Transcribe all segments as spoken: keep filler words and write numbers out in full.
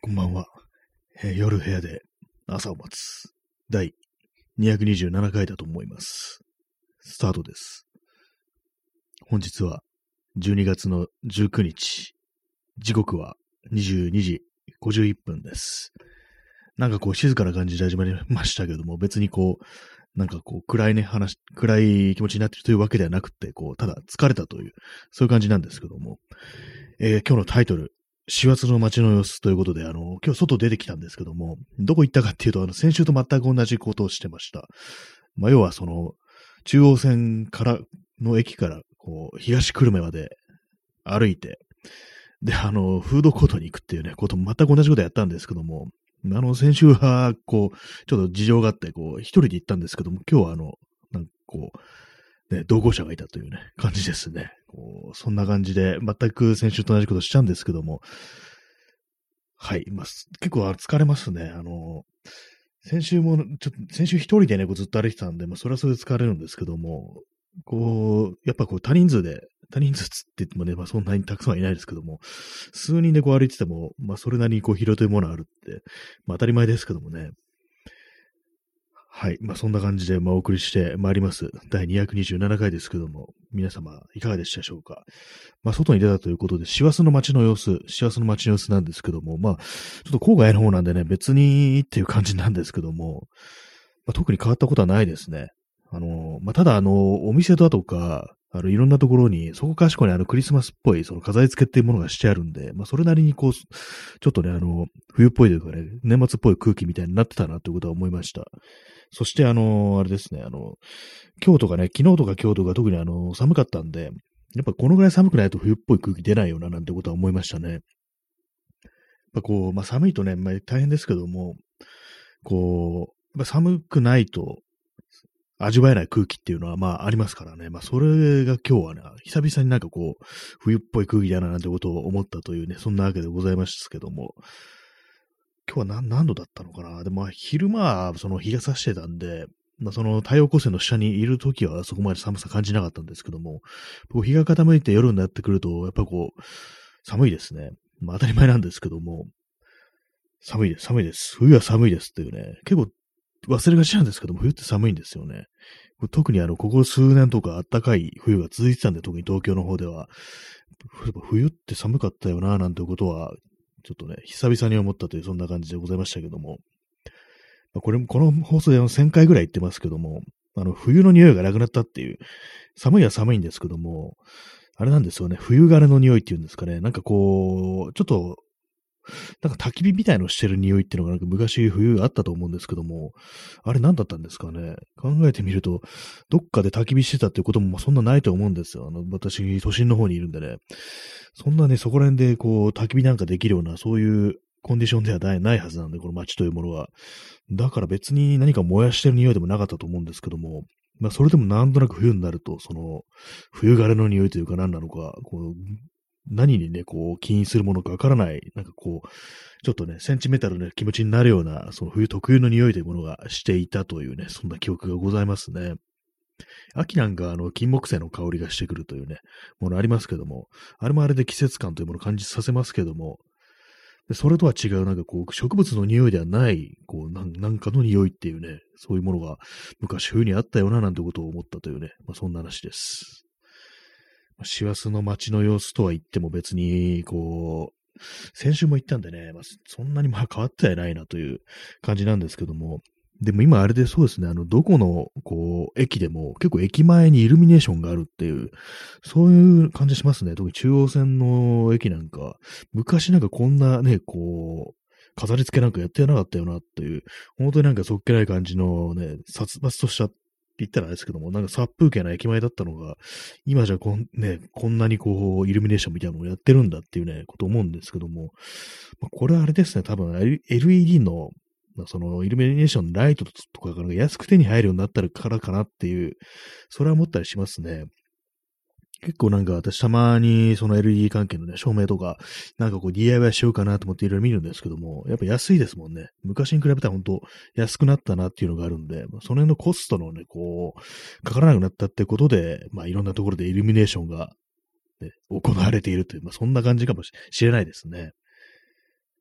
こんばんは。えー夜部屋で朝を待つ。だいにひゃくにじゅうななかいだと思います。スタートです。本日はじゅうにがつのじゅうくにち。時刻はにじゅうにじごじゅういっぷんです。なんかこう静かな感じで始まりましたけども、別にこう、なんかこう暗いね話、暗い気持ちになっているというわけではなくて、こう、ただ疲れたという、そういう感じなんですけども、えー今日のタイトル、師走の街の様子ということで、あの、今日外出てきたんですけども、どこ行ったかっていうと、あの、先週と全く同じことをしてました。まあ、要はその、中央線からの駅から、こう、東久留米まで歩いて、で、あの、フードコートに行くっていうね、こと全く同じことやったんですけども、あの、先週は、こう、ちょっと事情があって、こう、一人で行ったんですけども、今日はあの、なんかこう、ね、同行者がいたというね、感じですね。こうそんな感じで、全く先週と同じことしちゃうんですけども、はい、まあ、す結構あ疲れますね。あの、先週も、ちょっと、先週一人でね、こうずっと歩いてたんで、まあ、それはそれで疲れるんですけども、こう、やっぱこう、多人数で、多人数つって言ってもね、まあ、そんなにたくさんはいないですけども、数人でこう歩いてても、まあ、それなりにこう、疲労というものがあるって、まあ、当たり前ですけどもね、はい。まあ、そんな感じで、まあ、お送りしてまいります。だいにひゃくにじゅうななかいですけども、皆様、いかがでしたでしょうか。まあ、外に出たということで、師走の街の様子、師走の街の様子なんですけども、まあ、ちょっと郊外の方なんでね、別にっていう感じなんですけども、まあ、特に変わったことはないですね。あの、まあ、ただ、あの、お店だとか、あの、いろんなところに、そこかしこにあの、クリスマスっぽい、その飾り付けっていうものがしてあるんで、まあ、それなりにこう、ちょっとね、あの、冬っぽいというかね、年末っぽい空気みたいになってたなということは思いました。そして、あの、あれですね、あの、今日とかね、昨日とか今日とか特にあの、寒かったんで、やっぱこのぐらい寒くないと冬っぽい空気出ないよな、なんてことは思いましたね。やっぱこう、まあ寒いとね、まあ大変ですけども、こう、やっぱ寒くないと味わえない空気っていうのはまあありますからね。まあそれが今日はね、久々になんかこう、冬っぽい空気だななんてことを思ったというね、そんなわけでございますけども、今日は何何度だったのかな。でもまあ昼間はその日が差してたんで、まあ、その太陽光線の下にいるときはそこまで寒さ感じなかったんですけども、こう日が傾いて夜になってくると、やっぱこう、寒いですね。まあ当たり前なんですけども、寒いです、寒いです。冬は寒いですっていうね、結構忘れがちなんですけども、冬って寒いんですよね。特にあの、ここ数年とか暖かい冬が続いてたんで、特に東京の方では、冬って寒かったよな、なんてことは、ちょっとね、久々に思ったという、そんな感じでございましたけども、まあこれも、この放送であのせんかいぐらい言ってますけども、あの、冬の匂いがなくなったっていう、寒いは寒いんですけども、あれなんですよね、冬枯れの匂いっていうんですかね、なんかこう、ちょっと、なんか焚き火みたいのしてる匂いっていうのがなんか昔冬あったと思うんですけども、あれ何だったんですかね。考えてみると、どっかで焚き火してたっていうこともそんなないと思うんですよ。あの、私、都心の方にいるんでね。そんなね、そこら辺でこう、焚き火なんかできるような、そういうコンディションではないないはずなんで、この街というものは。だから別に何か燃やしてる匂いでもなかったと思うんですけども、まあそれでもなんとなく冬になると、その、冬枯れの匂いというか何なのか、こう、何にね、こう、起因するものかわからない、なんかこう、ちょっとね、センチメタルな気持ちになるような、その冬特有の匂いというものがしていたというね、そんな記憶がございますね。秋なんか、あの、金木犀の香りがしてくるというね、ものありますけども、あれもあれで季節感というものを感じさせますけども、でそれとは違う、なんかこう、植物の匂いではない、こう、なんなんかの匂いっていうね、そういうものが昔冬にあったよな、なんてことを思ったというね、まあ、そんな話です。師走の街の様子とは言っても別に、こう、先週も言ったんでね、まあ、そんなにまあ変わってはないなという感じなんですけども、でも今あれでそうですね、あの、どこの、こう、駅でも結構駅前にイルミネーションがあるっていう、そういう感じしますね。特に中央線の駅なんか、昔なんかこんなね、こう、飾り付けなんかやってなかったよなっていう、本当になんかそっけない感じのね、殺伐とした言ったらあれですけども、なんか殺風景な駅前だったのが、今じゃこん,、ね、こんなにこう、イルミネーションみたいなのをやってるんだっていうね、こと思うんですけども、まあ、これはあれですね、多分 エルイーディー の、まあ、そのイルミネーションのライトとかが安く手に入るようになったからかなっていう、それは思ったりしますね。結構なんか私たまにその エルイーディー 関係のね、照明とか、なんかこう ディーアイワイ しようかなと思っていろいろ見るんですけども、やっぱ安いですもんね。昔に比べたら本当安くなったなっていうのがあるんで、その辺のコストのね、こう、かからなくなったってことで、まあいろんなところでイルミネーションが、ね、行われているという、まあそんな感じかもしれないですね。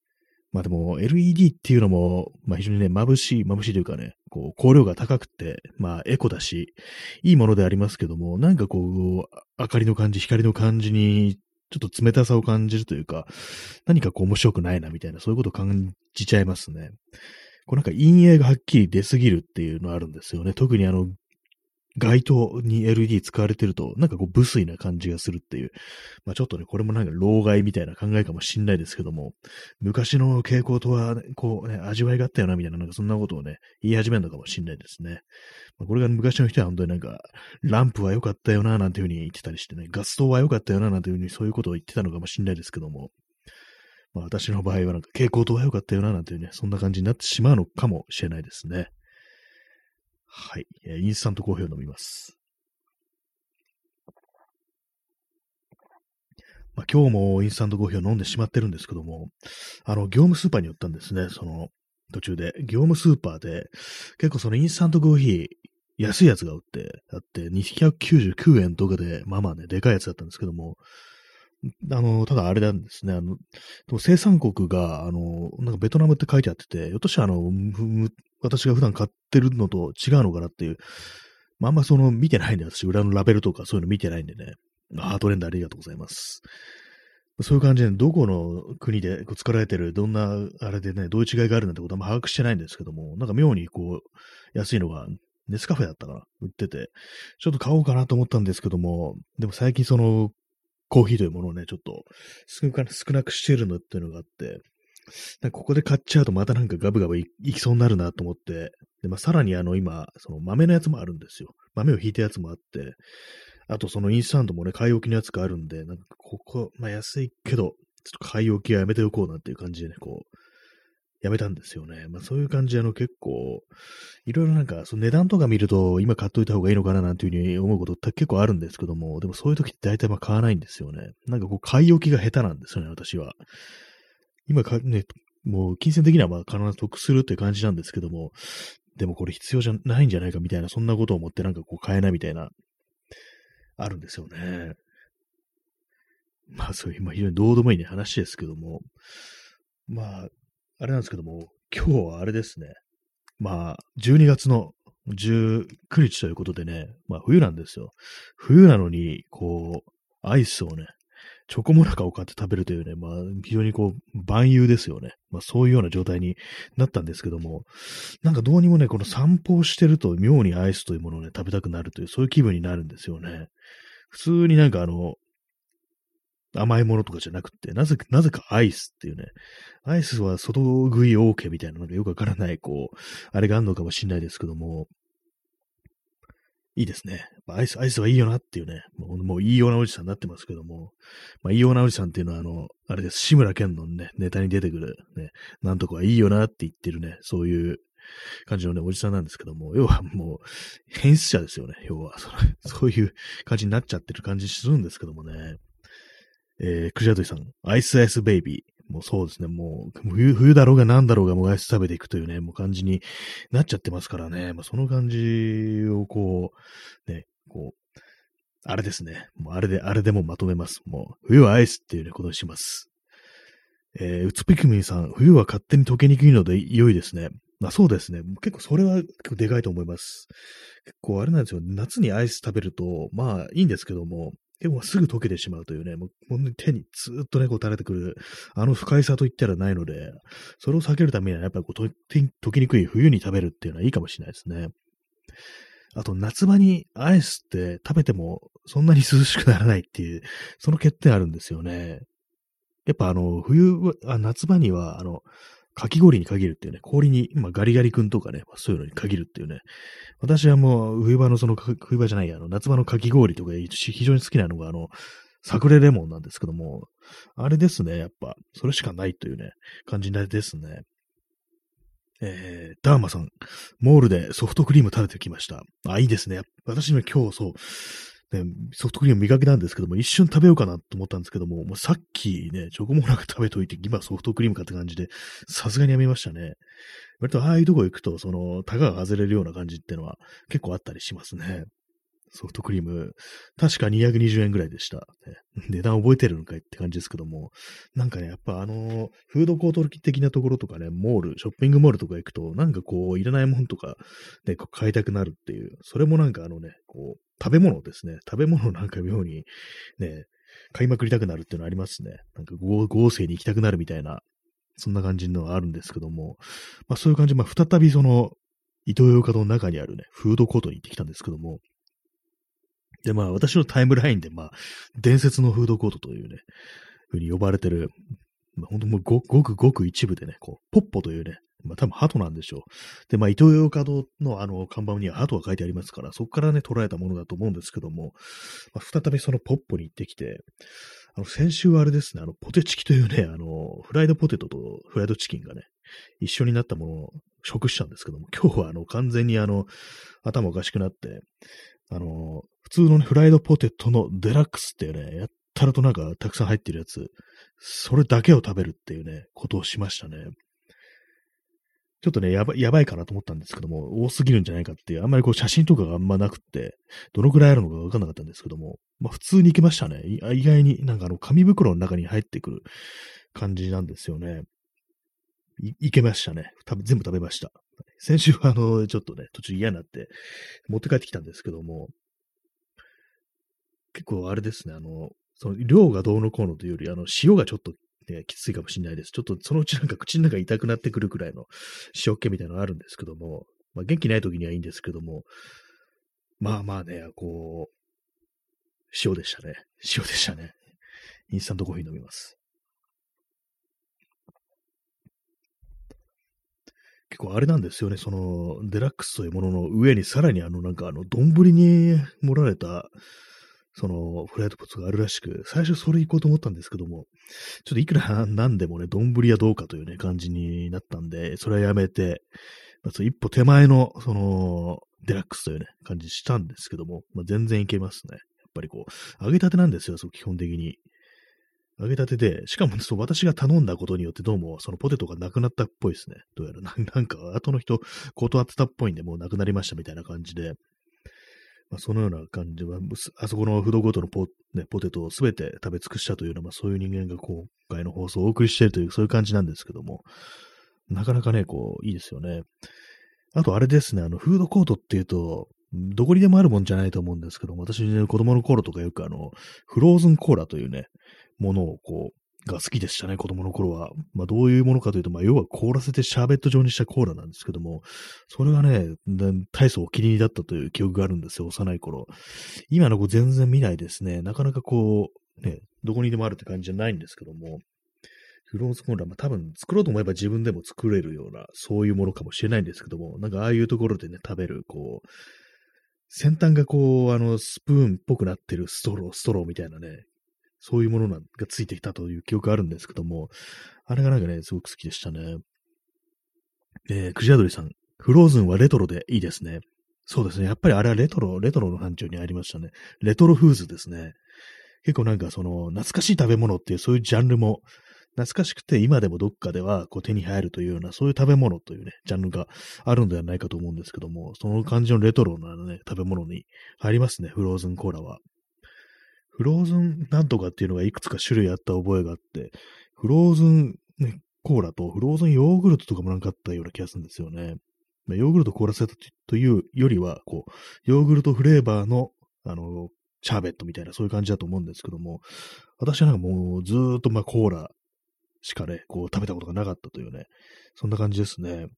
まあでも エルイーディー っていうのも、まあ非常にね、眩しい、眩しいというかね、こう、光量が高くて、まあエコだし、いいものでありますけども、なんかこう、明かりの感じ、光の感じに、ちょっと冷たさを感じるというか、何かこう面白くないなみたいな、そういうことを感じちゃいますね。こうなんか陰影がはっきり出すぎるっていうのあるんですよね。特にあの、街灯に エルイーディー 使われてると、なんかこう、無粋な感じがするっていう。まあちょっとね、これもなんか老害みたいな考えかもしんないですけども、昔の蛍光灯は、ね、こうね、味わいがあったよな、みたいな、なんかそんなことをね、言い始めるのかもしんないですね。まあ、これが昔の人は本当になんか、ランプは良かったよな、なんていう風に言ってたりしてね、ガス灯は良かったよな、なんていう風にそういうことを言ってたのかもしんないですけども、まあ私の場合はなんか蛍光灯は良かったよな、なんていうね、そんな感じになってしまうのかもしれないですね。はい。インスタントコーヒーを飲みます。まあ、今日もインスタントコーヒーを飲んでしまってるんですけども、あの、業務スーパーに寄ったんですね、その、途中で。業務スーパーで、結構そのインスタントコーヒー、安いやつが売ってあって、にひゃくきゅうじゅうきゅうえんとかで、まあまあね、でかいやつだったんですけども、あの、ただあれなんですね、あの、でも生産国が、あの、なんかベトナムって書いてあってて、ひょっとしたらあの、ふ私が普段買ってるのと違うのかなっていう、まああんまその見てないんで、私、裏のラベルとかそういうの見てないんでね。ハートレンドありがとうございます。そういう感じで、どこの国でこう作られてる、どんな、あれでね、どういう違いがあるなんてことはあんま把握してないんですけども、なんか妙にこう、安いのが、ネスカフェだったかな売ってて、ちょっと買おうかなと思ったんですけども、でも最近その、コーヒーというものをね、ちょっと少な少なくしているのっていうのがあって、なんかここで買っちゃうとまたなんかガブガブいいきそうになるなと思って、で、まあ、さらにあの今、その豆のやつもあるんですよ。豆をひいたやつもあって、あとそのインスタントもね、買い置きのやつがあるんで、なんかここ、まあ安いけど、ちょっと買い置きはやめておこうなんていう感じでね、こう、やめたんですよね。まあそういう感じであの結構、いろいろなんか、その値段とか見ると、今買っといた方がいいのかななんていうふうに思うことって結構あるんですけども、でもそういう時って大体まあ買わないんですよね。なんかこう、買い置きが下手なんですよね、私は。今か、ね、もう金銭的にはまあ必ず得するっていう感じなんですけども、でもこれ必要じゃないんじゃないかみたいな、そんなことを思ってなんかこう買えないみたいな、あるんですよね。まあそういう、まあ非常にどうでもいいね話ですけども、まあ、あれなんですけども、今日はあれですね。まあ、じゅうにがつのじゅうくにちということでね、まあ冬なんですよ。冬なのに、こう、アイスをね、チョコモナカを買って食べるというね、まあ非常にこう、万有ですよね。まあそういうような状態になったんですけども、なんかどうにもね、この散歩をしてると妙にアイスというものをね、食べたくなるという、そういう気分になるんですよね。普通になんかあの、甘いものとかじゃなくて、なぜか、なぜかアイスっていうね、アイスは外食い OK みたいなのがよくわからない、こう、あれがあるのかもしれないですけども、いいですね。アイス、アイスはいいよなっていうね、もう、もういいようなおじさんになってますけども、まあ、いいようなおじさんっていうのは、あの、あれです、志村けんのね、ネタに出てくる、ね、なんとかはいいよなって言ってるね、そういう感じのね、おじさんなんですけども、要はもう、変質者ですよね、要は。そそういう感じになっちゃってる感じするんですけどもね。えー、クジャトイさん、アイスアイスベイビー。もうそうですね、もう冬、冬だろうが何だろうがもうアイス食べていくというね、もう感じになっちゃってますからね。まあ、その感じをこう、ね、こう、あれですね。もうあれで、あれでもまとめます。もう、冬はアイスっていうね、ことにします。えー、うつぴくみんさん、冬は勝手に溶けにくいので良いですね。まあそうですね。結構それは結構でかいと思います。結構あれなんですよ。夏にアイス食べると、まあいいんですけども、結構すぐ溶けてしまうというね、もう本当に手にずーっとね、こう垂れてくる、あの不快さといったらないので、それを避けるためにはやっぱりこう溶溶けにくい冬に食べるっていうのはいいかもしれないですね。あと夏場にアイスって食べてもそんなに涼しくならないっていう、その欠点あるんですよね。やっぱあの、冬は、あ夏場には、あの、かき氷に限るっていうね、氷に、まあ、ガリガリ君とかね、まあ、そういうのに限るっていうね、私はもう、冬場のその、冬場じゃないや、あの、夏場のかき氷とか非常に好きなのが、あの、サクレレモンなんですけども、あれですね、やっぱ、それしかないというね、感じですね。えー、ダーマさん、モールでソフトクリーム食べてきました。あ、いいですね。私ね、今日そう、ね、ソフトクリーム見かけたんですけども、一瞬食べようかなと思ったんですけども、もうさっきね、チョコモナカ食べといて、今ソフトクリームかって感じで、さすがにやめましたね。割とああいうとこ行くと、その、タガが外れるような感じっていうのは結構あったりしますね。 ソフトクリーム、確かにひゃくにじゅうえんぐらいでした。ね、値段覚えてるのかいって感じですけども、なんかね、やっぱあの、フードコート的なところとかね、モール、ショッピングモールとか行くと、なんかこう、いらないもんとか、ね、こう買いたくなるっていう、それもなんかあのね、こう、食べ物ですね。食べ物なんか妙に、ね、買いまくりたくなるっていうのありますね。なんか合合成に行きたくなるみたいな、そんな感じのがあるんですけども、まあそういう感じ、まあ再びその、イトーヨーカドーの中にあるね、フードコートに行ってきたんですけども、で、まあ、私のタイムラインで、まあ、伝説のフードコートというね、ふうに呼ばれてる、まあ、本当もうご、ごくごく一部でね、こう、ポッポというね、まあ、多分鳩なんでしょう。で、まあ、イトーヨーカドーのあの、看板には鳩が書いてありますから、そこからね、捉えたものだと思うんですけども、まあ、再びそのポッポに行ってきて、あの、先週はあれですね、あの、ポテチキというね、あの、フライドポテトとフライドチキンがね、一緒になったものを食したんですけども、今日はあの、完全にあの、頭おかしくなって、あの、普通のね、フライドポテトのデラックスっていうね、やったらとなんかたくさん入ってるやつ、それだけを食べるっていうね、ことをしましたね。ちょっとね、やばい、やばいかなと思ったんですけども、多すぎるんじゃないかっていう、あんまりこう写真とかがあんまなくって、どのくらいあるのかわかんなかったんですけども、まあ普通に行けましたね。い意外になんかあの紙袋の中に入ってくる感じなんですよね。い、いけましたね。多分全部食べました。先週はあの、ちょっとね、途中嫌になって持って帰ってきたんですけども、結構あれですね、あの、その量がどうのこうのというより、あの、塩がちょっと、ね、きついかもしれないです。ちょっとそのうちなんか口の中痛くなってくるくらいの塩っ気みたいなのがあるんですけども、まあ元気ない時にはいいんですけども、まあまあね、こう、塩でしたね。塩でしたね。インスタントコーヒー飲みます。結構あれなんですよね、その、デラックスというものの上にさらにあの、なんかあの、丼に盛られた、その、フライドポテトがあるらしく、最初それ行こうと思ったんですけども、ちょっといくらなんでもね、丼やどうかというね、感じになったんで、それはやめて、まあ、その一歩手前の、その、デラックスというね、感じしたんですけども、まあ、全然いけますね。やっぱりこう、揚げたてなんですよ、そう基本的に。揚げたてで、しかもそう、私が頼んだことによってどうもそのポテトがなくなったっぽいですね。どうやらな、なんか後の人断ってたっぽいんで、もうなくなりましたみたいな感じで、まあ、そのような感じは、あそこのフードコートのポ、ね、ポテトをすべて食べ尽くしたというような、まあ、そういう人間が今回の放送をお送りしているという、そういう感じなんですけども、なかなかね、こう、いいですよね。あとあれですね、あの、フードコートっていうと、どこにでもあるもんじゃないと思うんですけども、私、ね、子供の頃とかよくあの、フローズンコーラというね、ものをこう、が好きでしたね、子供の頃は。まあ、どういうものかというと、まあ、要は凍らせてシャーベット状にしたコーラなんですけども、それがね、大層お気に入りだったという記憶があるんですよ、幼い頃。今の子全然見ないですね。なかなかこう、ね、どこにでもあるって感じじゃないんですけども、フローズンコーラ、まあ多分作ろうと思えば自分でも作れるような、そういうものかもしれないんですけども、なんかああいうところでね、食べる、こう、先端がこう、あの、スプーンっぽくなってるストロー、ストローみたいなね、そういうものがついてきたという記憶があるんですけども、あれがなんかね、すごく好きでしたね。えー、クジラドリさん、フローズンはレトロでいいですね。そうですね。やっぱりあれはレトロ、レトロの範疇に入りましたね。レトロフーズですね。結構なんかその、懐かしい食べ物っていうそういうジャンルも、懐かしくて今でもどっかではこう手に入るというような、そういう食べ物というね、ジャンルがあるんではないかと思うんですけども、その感じのレトロなね、食べ物に入りますね、フローズンコーラは。フローズンなんとかっていうのがいくつか種類あった覚えがあって、フローズン、ね、コーラとフローズンヨーグルトとかもなんかあったような気がするんですよね。まあ、ヨーグルト凍らせたというよりは、こう、ヨーグルトフレーバーの、あの、シャーベットみたいなそういう感じだと思うんですけども、私はなんかもうずーっとまあコーラしかね、こう食べたことがなかったというね、そんな感じですね。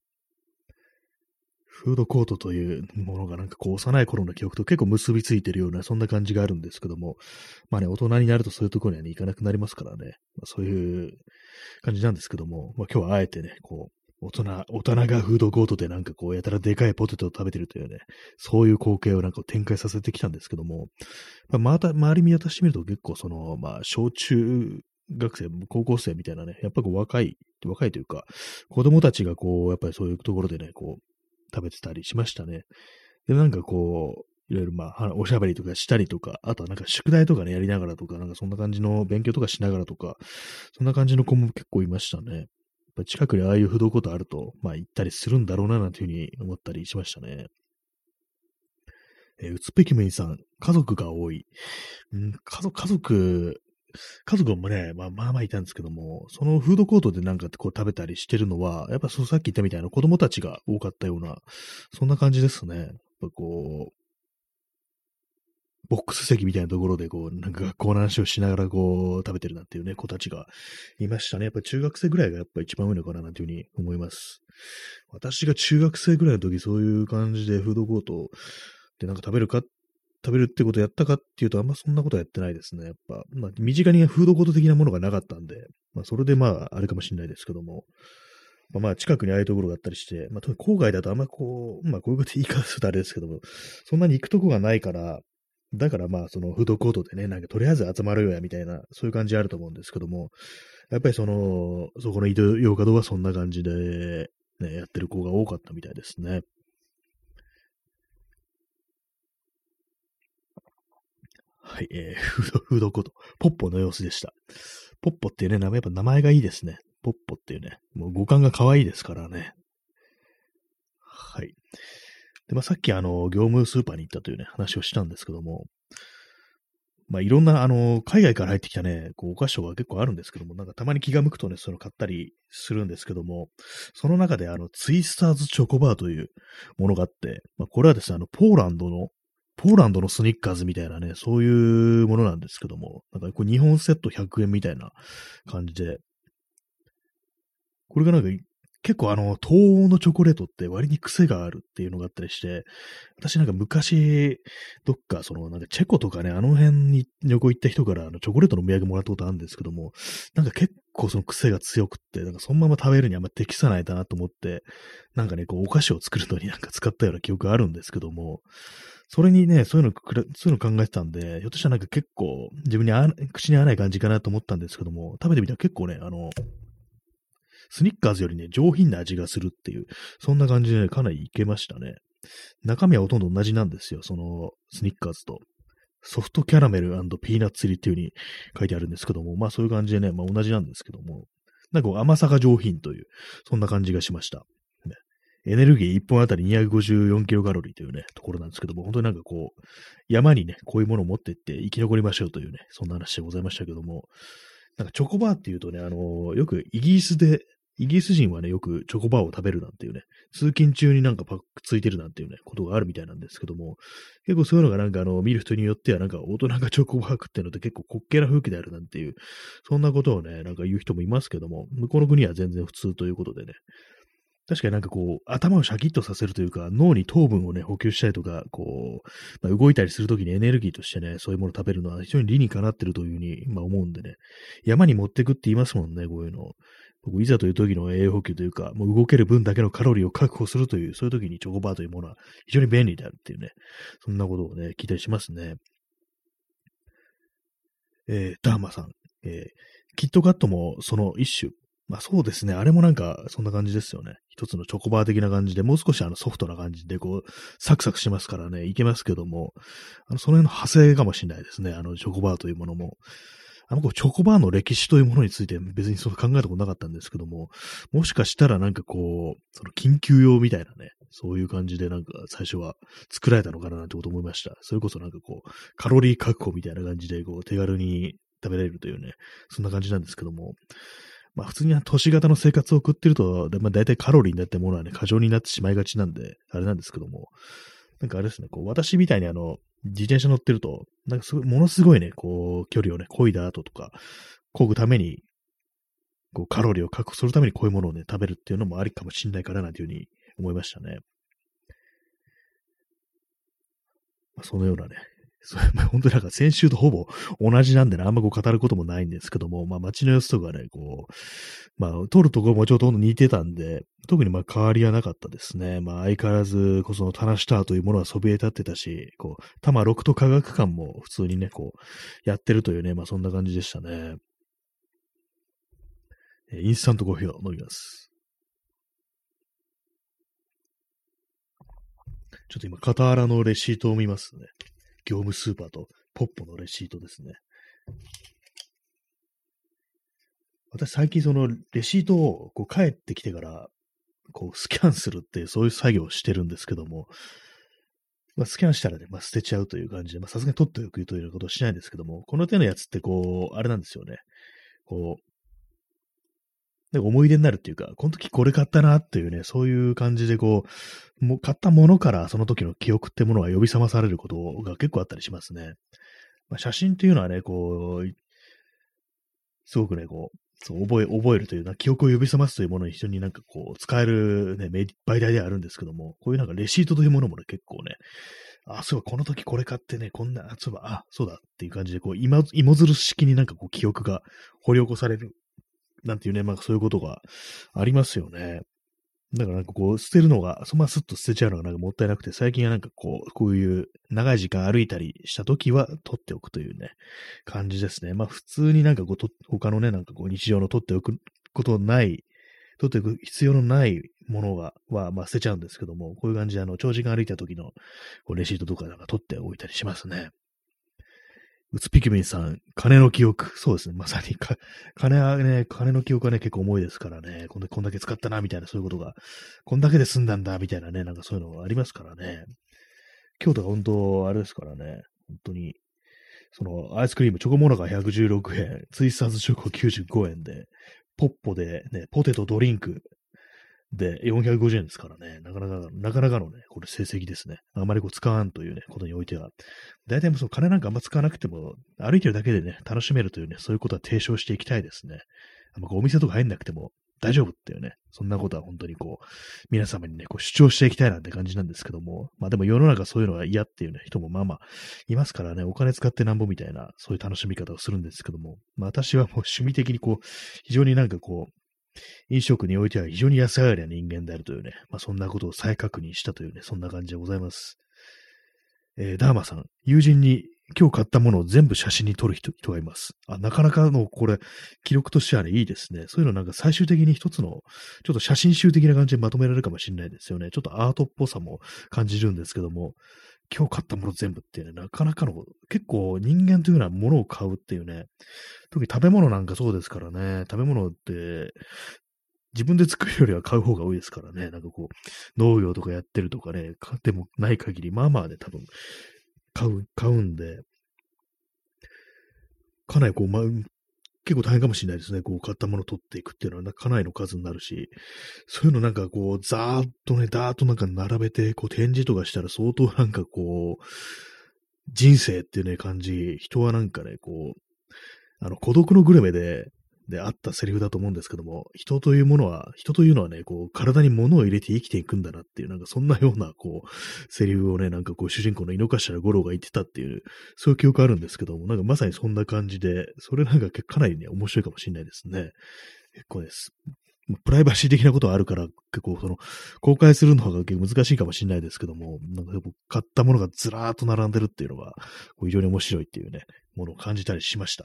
フードコートというものがなんかこう幼い頃の記憶と結構結びついてるようなそんな感じがあるんですけども、まあね、大人になるとそういうところには、ね、行かなくなりますからね、まあ、そういう感じなんですけども、まあ今日はあえてね、こう、大人、大人がフードコートでなんかこうやたらでかいポテトを食べてるというね、そういう光景をなんか展開させてきたんですけども、まあ、また周り見渡してみると結構その、まあ小中学生、高校生みたいなね、やっぱこう若い、若いというか、子供たちがこう、やっぱりそういうところでね、こう、食べてたりしましたね。で、なんかこう、いろいろまあ、おしゃべりとかしたりとか、あとはなんか宿題とかね、やりながらとか、なんかそんな感じの勉強とかしながらとか、そんな感じの子も結構いましたね。やっぱ近くにああいう不動コートあると、まあ行ったりするんだろうな、なんていうふうに思ったりしましたね。 えー、うつっぺきめんさん、家族が多い。うん、家族、家族、家族もね、まあまあまあいたんですけども、そのフードコートでなんかこう食べたりしてるのは、やっぱそうさっき言ったみたいな子供たちが多かったような、そんな感じですね。やっぱこう、ボックス席みたいなところで、こう、なんか学校の話をしながら、こう、食べてるなんていうね、子たちがいましたね。やっぱり中学生ぐらいがやっぱ一番多いのかな、なんていうふうに思います。私が中学生ぐらいの時、そういう感じでフードコートでなんか食べるか、食べるってことをやったかっていうと、あんまそんなことはやってないですね。やっぱ、まあ、身近にフードコート的なものがなかったんで、まあ、それでまあ、あれかもしれないですけども、まあ、まあ近くにああいうところがあったりして、まあ、特に郊外だとあんまこう、まあ、こういうこと言い方するとあれですけども、そんなに行くとこがないから、だからまあ、そのフードコートでね、なんかとりあえず集まるよや、みたいな、そういう感じあると思うんですけども、やっぱりその、そこの移動洋華堂はそんな感じで、ね、やってる子が多かったみたいですね。はい、えー、フード、フードコート、ポッポの様子でした。ポッポっていうね、名前やっぱ名前がいいですね。ポッポっていうね、もう五感が可愛いですからね。はい。で、まあ、さっきあの、業務スーパーに行ったというね、話をしたんですけども、まあ、いろんな、あの、海外から入ってきたね、こう、お菓子とか結構あるんですけども、なんかたまに気が向くとね、それを買ったりするんですけども、その中であの、ツイスターズチョコバーというものがあって、まあ、これはですね、あの、ポーランドの、ポーランドのスニッカーズみたいなね、そういうものなんですけども、なんかこうにほんセットひゃくえんみたいな感じで、これがなんか結構あの、東欧のチョコレートって割に癖があるっていうのがあったりして、私なんか昔、どっかそのなんかチェコとかね、あの辺に旅行行った人からあのチョコレートのお土産もらったことあるんですけども、なんか結構その癖が強くって、なんかそのまま食べるにあんま適さないだなと思って、なんかね、こうお菓子を作るのになんか使ったような記憶があるんですけども、それにね、そういうのくら、そういうの考えてたんで、ひょっとしたらなんか結構自分に合わ口に合わない感じかなと思ったんですけども、食べてみたら結構ね、あの、スニッカーズよりね、上品な味がするっていう、そんな感じで、ね、かなりいけましたね。中身はほとんど同じなんですよ、そのスニッカーズと。ソフトキャラメルピーナッツ入りっていう風に書いてあるんですけども、まあそういう感じでね、まあ同じなんですけども、なんかこう甘さが上品という、そんな感じがしました。ね、エネルギーいっぽんあたりにひゃくごじゅうよんキロカロリーというね、ところなんですけども、本当になんかこう、山にね、こういうものを持ってって生き残りましょうというね、そんな話でございましたけども、なんかチョコバーっていうとね、あのーよくイギリスで、イギリス人はね、よくチョコバーを食べるなんていうね、通勤中になんかパックついてるなんていうね、ことがあるみたいなんですけども、結構そういうのがなんかあの、見る人によってはなんか大人がチョコバー食ってるのって結構滑稽な風景であるなんていう、そんなことをね、なんか言う人もいますけども、向こうの国は全然普通ということでね、確かになんかこう、頭をシャキッとさせるというか、脳に糖分をね、補給したりとか、こう、まあ、動いたりするときにエネルギーとしてね、そういうものを食べるのは非常に理にかなってるというふうに、まあ思うんでね、山に持ってくって言いますもんね、こういうの。僕いざという時の栄養補給というか、もう動ける分だけのカロリーを確保するという、そういう時にチョコバーというものは非常に便利であるっていうね、そんなことをね、聞いたりしますね。えー、ダーマさん。えー、キットカットもその一種。まあそうですね。あれもなんかそんな感じですよね。一つのチョコバー的な感じで、もう少しあのソフトな感じでこう、サクサクしますからね、いけますけども、あの、その辺の派生かもしれないですね。あの、チョコバーというものも。あの、こうチョコバーの歴史というものについて別にそう考えたことなかったんですけども、もしかしたらなんかこう、その緊急用みたいなね、そういう感じでなんか最初は作られたのかななんてこと思いました。それこそなんかこう、カロリー確保みたいな感じでこう、手軽に食べれるというね、そんな感じなんですけども、まあ普通に都市型の生活を送ってると、まあ大体カロリーになってものはね、過剰になってしまいがちなんで、あれなんですけども、なんかあれですね、こう私みたいにあの、自転車乗ってると、なんかすごい、ものすごいね、こう、距離をね、漕いだ後とか、漕ぐために、こう、カロリーを確保するためにこういうものをね、食べるっていうのもありかもしんないかな、なんていうふうに思いましたね。まあ、そのようなね、それまあ、本当になんか先週とほぼ同じなんでね、あんまこう語ることもないんですけども、まあ街の様子とかね、こう、まあ撮るところもちょっと似てたんで、特にまあ変わりはなかったですね。まあ相変わらず、こうそのタナシターというものはそびえ立ってたし、こう、多摩六都科学館も普通にね、こう、やってるというね、まあそんな感じでしたね。えインスタントコーヒーを飲みます。ちょっと今、傍らのレシートを見ますね。業務スーパーとポッポのレシートですね。私最近そのレシートをこう帰ってきてから、こうスキャンするっていうそういう作業をしてるんですけども、 まあ、スキャンしたらね、まあ、捨てちゃうという感じで、まあ、さすがに取っておくということをしないんですけども、この手のやつってこう、あれなんですよね。こう、なんか思い出になるっていうか、この時これ買ったなっていうね、そういう感じでこう、もう買ったものからその時の記憶ってものが呼び覚まされることが結構あったりしますね。まあ、写真っていうのはね、こう、すごくね、こう、そう覚え、覚えるというな、記憶を呼び覚ますというものに非常になんかこう、使えるね、媒体ではあるんですけども、こういうなんかレシートというものもね、結構ね、あ、そういえばこの時これ買ってね、こんな、あそういえば、あ、そうだっていう感じで、こう、芋芋づる式になんかこう、記憶が掘り起こされる、なんていうね、まあそういうことがありますよね。だからなんかこう、捨てるのが、そのまますっと捨てちゃうのがなんかもったいなくて、最近はなんかこう、こういう長い時間歩いたりした時は取っておくというね、感じですね。まあ普通になんかこう、と他のね、なんかこう、日常の取っておくことない、取っておく必要のないものが、は、まあ捨てちゃうんですけども、こういう感じであの、長時間歩いた時のこうレシートとかなんか取っておいたりしますね。うつぴきみんさん、金の記憶。そうですね。まさにか、金はね、金の記憶はね、結構重いですからね。こんだこんだけ使ったな、みたいな、そういうことが。こんだけで済んだんだ、みたいなね、なんかそういうのがありますからね。京都は本当、あれですからね。本当に、その、アイスクリーム、チョコモナカひゃくじゅうろくえん、ツイスターズチョコきゅうじゅうごえんで、ポッポでね、ポテトドリンクでよんひゃくごじゅうえんですからね。なかなか、なかなかのね、これ成績ですね。あまりこう使わんというね、ことにおいては。大体もうその金なんかあんま使わなくても、歩いてるだけでね、楽しめるというね、そういうことは提唱していきたいですね。あんまこうお店とか入んなくても大丈夫っていうね、そんなことは本当にこう、皆様にね、こう主張していきたいなんて感じなんですけども、まあでも世の中そういうのが嫌っていうね、人もまあまあいますからね、お金使ってなんぼみたいな、そういう楽しみ方をするんですけども、まあ私はもう趣味的にこう、非常になんかこう、飲食においては非常に安上がりな人間であるというね、まあそんなことを再確認したというね、そんな感じでございます。えー、ダーマさん、友人に今日買ったものを全部写真に撮る人人がいます。あ、なかなかのこれ、記録としてはね、いいですね。そういうのなんか最終的に一つの、ちょっと写真集的な感じでまとめられるかもしれないですよね。ちょっとアートっぽさも感じるんですけども、今日買ったもの全部ってね、なかなかの、結構人間というのは物を買うっていうね、特に食べ物なんかそうですからね、食べ物って自分で作るよりは買う方が多いですからね。なんかこう、農業とかやってるとかね、買ってもない限り、まあまあね、多分、買う、買うんで、かなりこう、まあ、結構大変かもしれないですね。こう、買ったものを取っていくっていうのは、かなりの数になるし、そういうのなんかこう、ざーっとね、だーっとなんか並べて、こう、展示とかしたら相当なんかこう、人生っていうね、感じ、人はなんかね、こう、あの、孤独のグルメで、で、あったセリフだと思うんですけども、人というものは、人というのはね、こう、体に物を入れて生きていくんだなっていう、なんかそんなような、こう、セリフをね、なんかこう、主人公の井の頭五郎が言ってたっていう、そういう記憶あるんですけども、なんかまさにそんな感じで、それなんかかなりね、面白いかもしれないですね。結構です。プライバシー的なことはあるから、結構その、公開するのが結構難しいかもしれないですけども、なんか買ったものがずらーっと並んでるっていうのが、こう非常に面白いっていうね、ものを感じたりしました。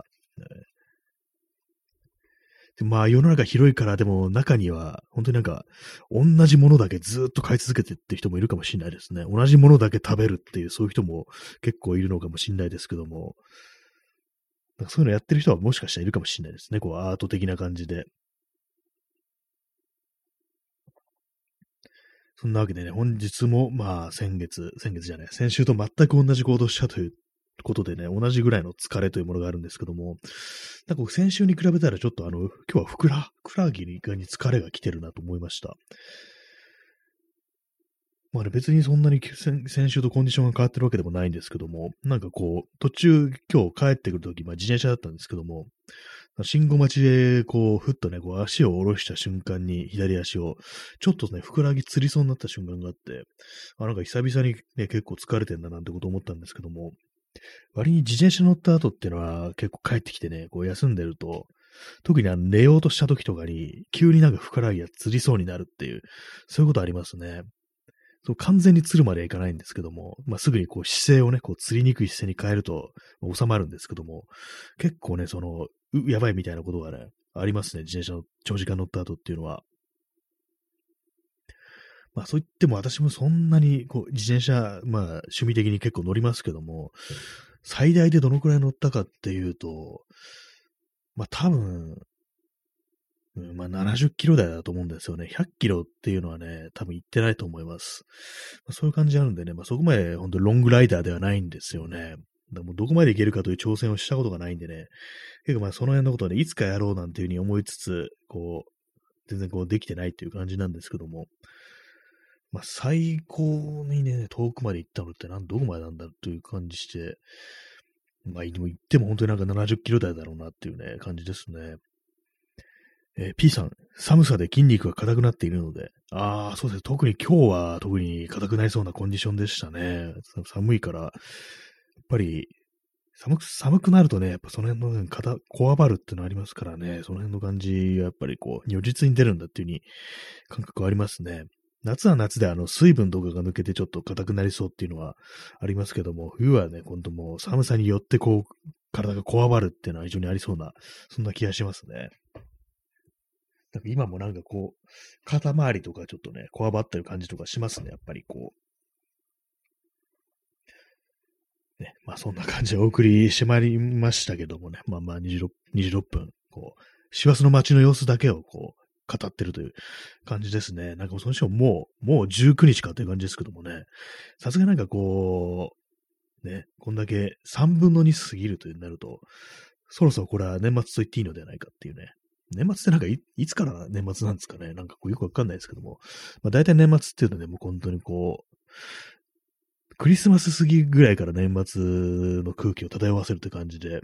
でまあ世の中広いから、でも中には、本当になんか、同じものだけずっと買い続けてって人もいるかもしれないですね。同じものだけ食べるっていう、そういう人も結構いるのかもしれないですけども、なんかそういうのやってる人はもしかしたらいるかもしれないですね。こうアート的な感じで。そんなわけでね、本日もまあ先月、先月じゃない、先週と全く同じ行動したということでね、同じぐらいの疲れというものがあるんですけども、なんか先週に比べたらちょっとあの、今日はふくら、ふくらはぎに疲れが来てるなと思いました。まあね、別にそんなに先先週とコンディションが変わってるわけでもないんですけども、なんかこう、途中、今日帰ってくるとき、まあ自転車だったんですけども、信号待ちで、こう、ふっとね、こう足を下ろした瞬間に、左足を、ちょっとね、ふくらはぎつりそうになった瞬間があって、あ、なんか久々にね、結構疲れてんだなんてこと思ったんですけども、割に自転車乗った後っていうのは結構帰ってきてね、こう休んでると、特にあの寝ようとした時とかに、急になんかふくらはぎがつりそうになるっていう、そういうことありますね。そう完全につるまではいかないんですけども、まあ、すぐにこう姿勢をね、こうつりにくい姿勢に変えると収まるんですけども、結構ね、その、うやばいみたいなことがね、ありますね、自転車の長時間乗った後っていうのは。まあそう言っても私もそんなにこう自転車、まあ趣味的に結構乗りますけども、最大でどのくらい乗ったかっていうと、まあ多分、 うん、まあななじゅっキロ台だと思うんですよね。ひゃっキロっていうのはね、多分行ってないと思います。まあ、そういう感じあるんでね、まあそこまで本当ロングライダーではないんですよね。だもうどこまで行けるかという挑戦をしたことがないんでね、結構まあその辺のことはね、いつかやろうなんていうふうに思いつつ、こう、全然こうできてないっていう感じなんですけども、まあ最高にね、遠くまで行ったのってなんどこまでなんだという感じして、まあでも行っても本当になんかななじゅっキロ台だろうなっていうね、感じですね。えー、P さん、寒さで筋肉が硬くなっているので、ああ、そうですね。特に今日は特に硬くなりそうなコンディションでしたね。寒いから、やっぱり寒く、寒くなるとね、やっぱその辺の、ね、肩、こわばるってのありますからね、その辺の感じがやっぱりこう、如実に出るんだっていう風に感覚はありますね。夏は夏であの水分とかが抜けてちょっと硬くなりそうっていうのはありますけども、冬はね、今度もう寒さによってこう、体がこわばるっていうのは非常にありそうな、そんな気がしますね。なんか今もなんかこう、肩周りとかちょっとね、こわばってる感じとかしますね、やっぱりこう。ね、まあそんな感じでお送りしてまいりましたけどもね、まあまあにじゅうろく、にじゅうろっぷん、こう、師走の街の様子だけをこう、語ってるという感じですね。なんかその人ももう、もうじゅうくにちかという感じですけどもね、さすがなんかこう、ね、こんだけさんぶんのに過ぎるというなると、そろそろこれは年末と言っていいのではないかっていうね。年末ってなんかい、いつから年末なんですかね。なんかこうよくわかんないですけども。まあ大体年末っていうとね、もう本当にこう、クリスマス過ぎぐらいから年末の空気を漂わせるって感じで、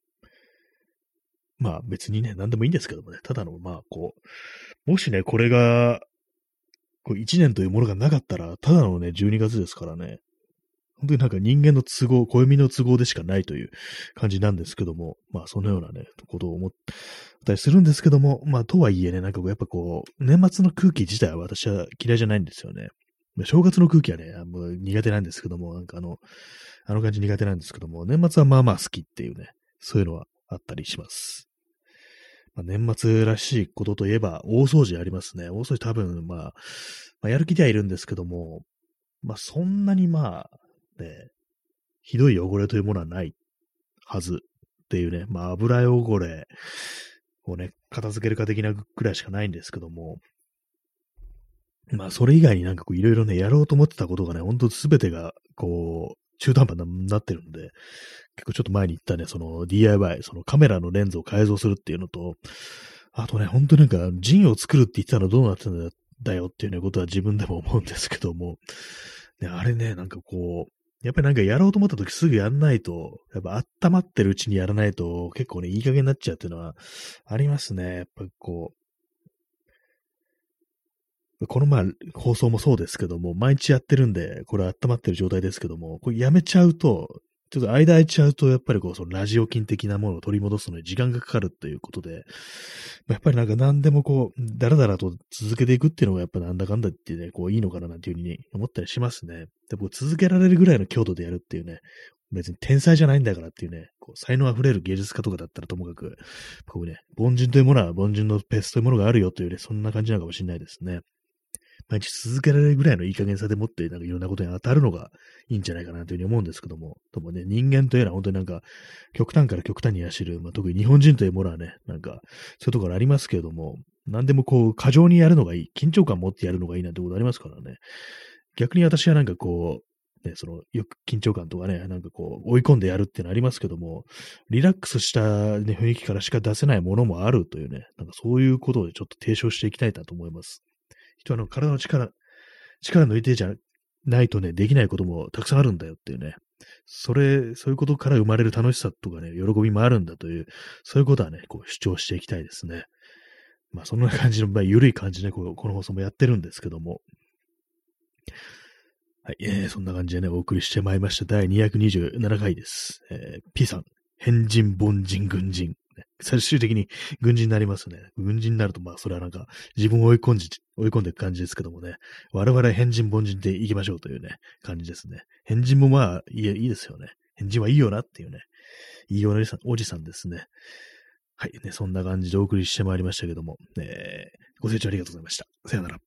まあ別にね、何でもいいんですけどもね、ただのまあこう、もしね、これが、こういちねんというものがなかったら、ただのね、じゅうにがつですからね、本当になんか人間の都合、暦の都合でしかないという感じなんですけども、まあそのようなね、ことを思ったりするんですけども、まあとはいえね、なんかこうやっぱこう、年末の空気自体は私は嫌いじゃないんですよね。正月の空気はね、もう苦手なんですけども、なんかあの、あの感じ苦手なんですけども、年末はまあまあ好きっていうね、そういうのはあったりします。まあ、年末らしいことといえば、大掃除ありますね。大掃除多分、まあ、まあ、やる気ではいるんですけども、まあそんなにまあ、ね、ひどい汚れというものはないはずっていうね、まあ油汚れをね、片付けるか的なくらいしかないんですけども、まあそれ以外になんかこういろいろね、やろうと思ってたことがね、ほんとすべてがこう、中途半端になってるんで、結構ちょっと前に言ったね、その ディーアイワイ、そのカメラのレンズを改造するっていうのと、あとね、ほんとなんかジンを作るって言ってたのどうなってんだだよっていうね、ことは自分でも思うんですけども、ね、あれね、なんかこう、やっぱりなんかやろうと思った時すぐやんないと、やっぱ温まってるうちにやらないと結構ね、いい加減になっちゃうっていうのはありますね。やっぱこう、この前放送もそうですけども、毎日やってるんで、これ温まってる状態ですけども、これやめちゃうと、ちょっと間空いちゃうと、やっぱりこう、そのラジオ筋的なものを取り戻すのに時間がかかるということで、やっぱりなんか何でもこう、だらだらと続けていくっていうのがやっぱなんだかんだってね、こういいのかななんていうふうに思ったりしますね。でも続けられるぐらいの強度でやるっていうね、別に天才じゃないんだからっていうね、こう才能あふれる芸術家とかだったらともかく、こうね、凡人というものは凡人のペースというものがあるよというね、そんな感じなのかもしれないですね。毎日続けられるぐらいのいい加減さでもって、なんかいろんなことに当たるのがいいんじゃないかなというふうに思うんですけども、ともね、人間というのは本当になんか、極端から極端に走る、まあ、特に日本人というものはね、なんか、そういうところありますけれども、何でもこう、過剰にやるのがいい、緊張感持ってやるのがいいなんてことありますからね。逆に私はなんかこう、ね、その、よく緊張感とかね、なんかこう、追い込んでやるっていうのありますけども、リラックスした、ね、雰囲気からしか出せないものもあるというね、なんかそういうことでちょっと提唱していきたいなと思います。人はあの体の力、力抜いてじゃないとね、できないこともたくさんあるんだよっていうね。それ、そういうことから生まれる楽しさとかね、喜びもあるんだという、そういうことはね、こう主張していきたいですね。まあ、そんな感じの、まあ、緩い感じで、こう、この放送もやってるんですけども。はい、えー、そんな感じでね、お送りしてまいりました。だいにひゃくにじゅうななかいです。えー、P さん、変人、凡人、軍人。最終的に軍人になりますね。軍人になると、まあ、それはなんか、自分を追い込んじ、追い込んでいく感じですけどもね。我々変人、凡人でいきましょうというね、感じですね。変人もまあ、いい、いいですよね。変人はいいよなっていうね。いいおじさん、おじさんですね。はい、ね。そんな感じでお送りしてまいりましたけども、えー、ご清聴ありがとうございました。さよなら。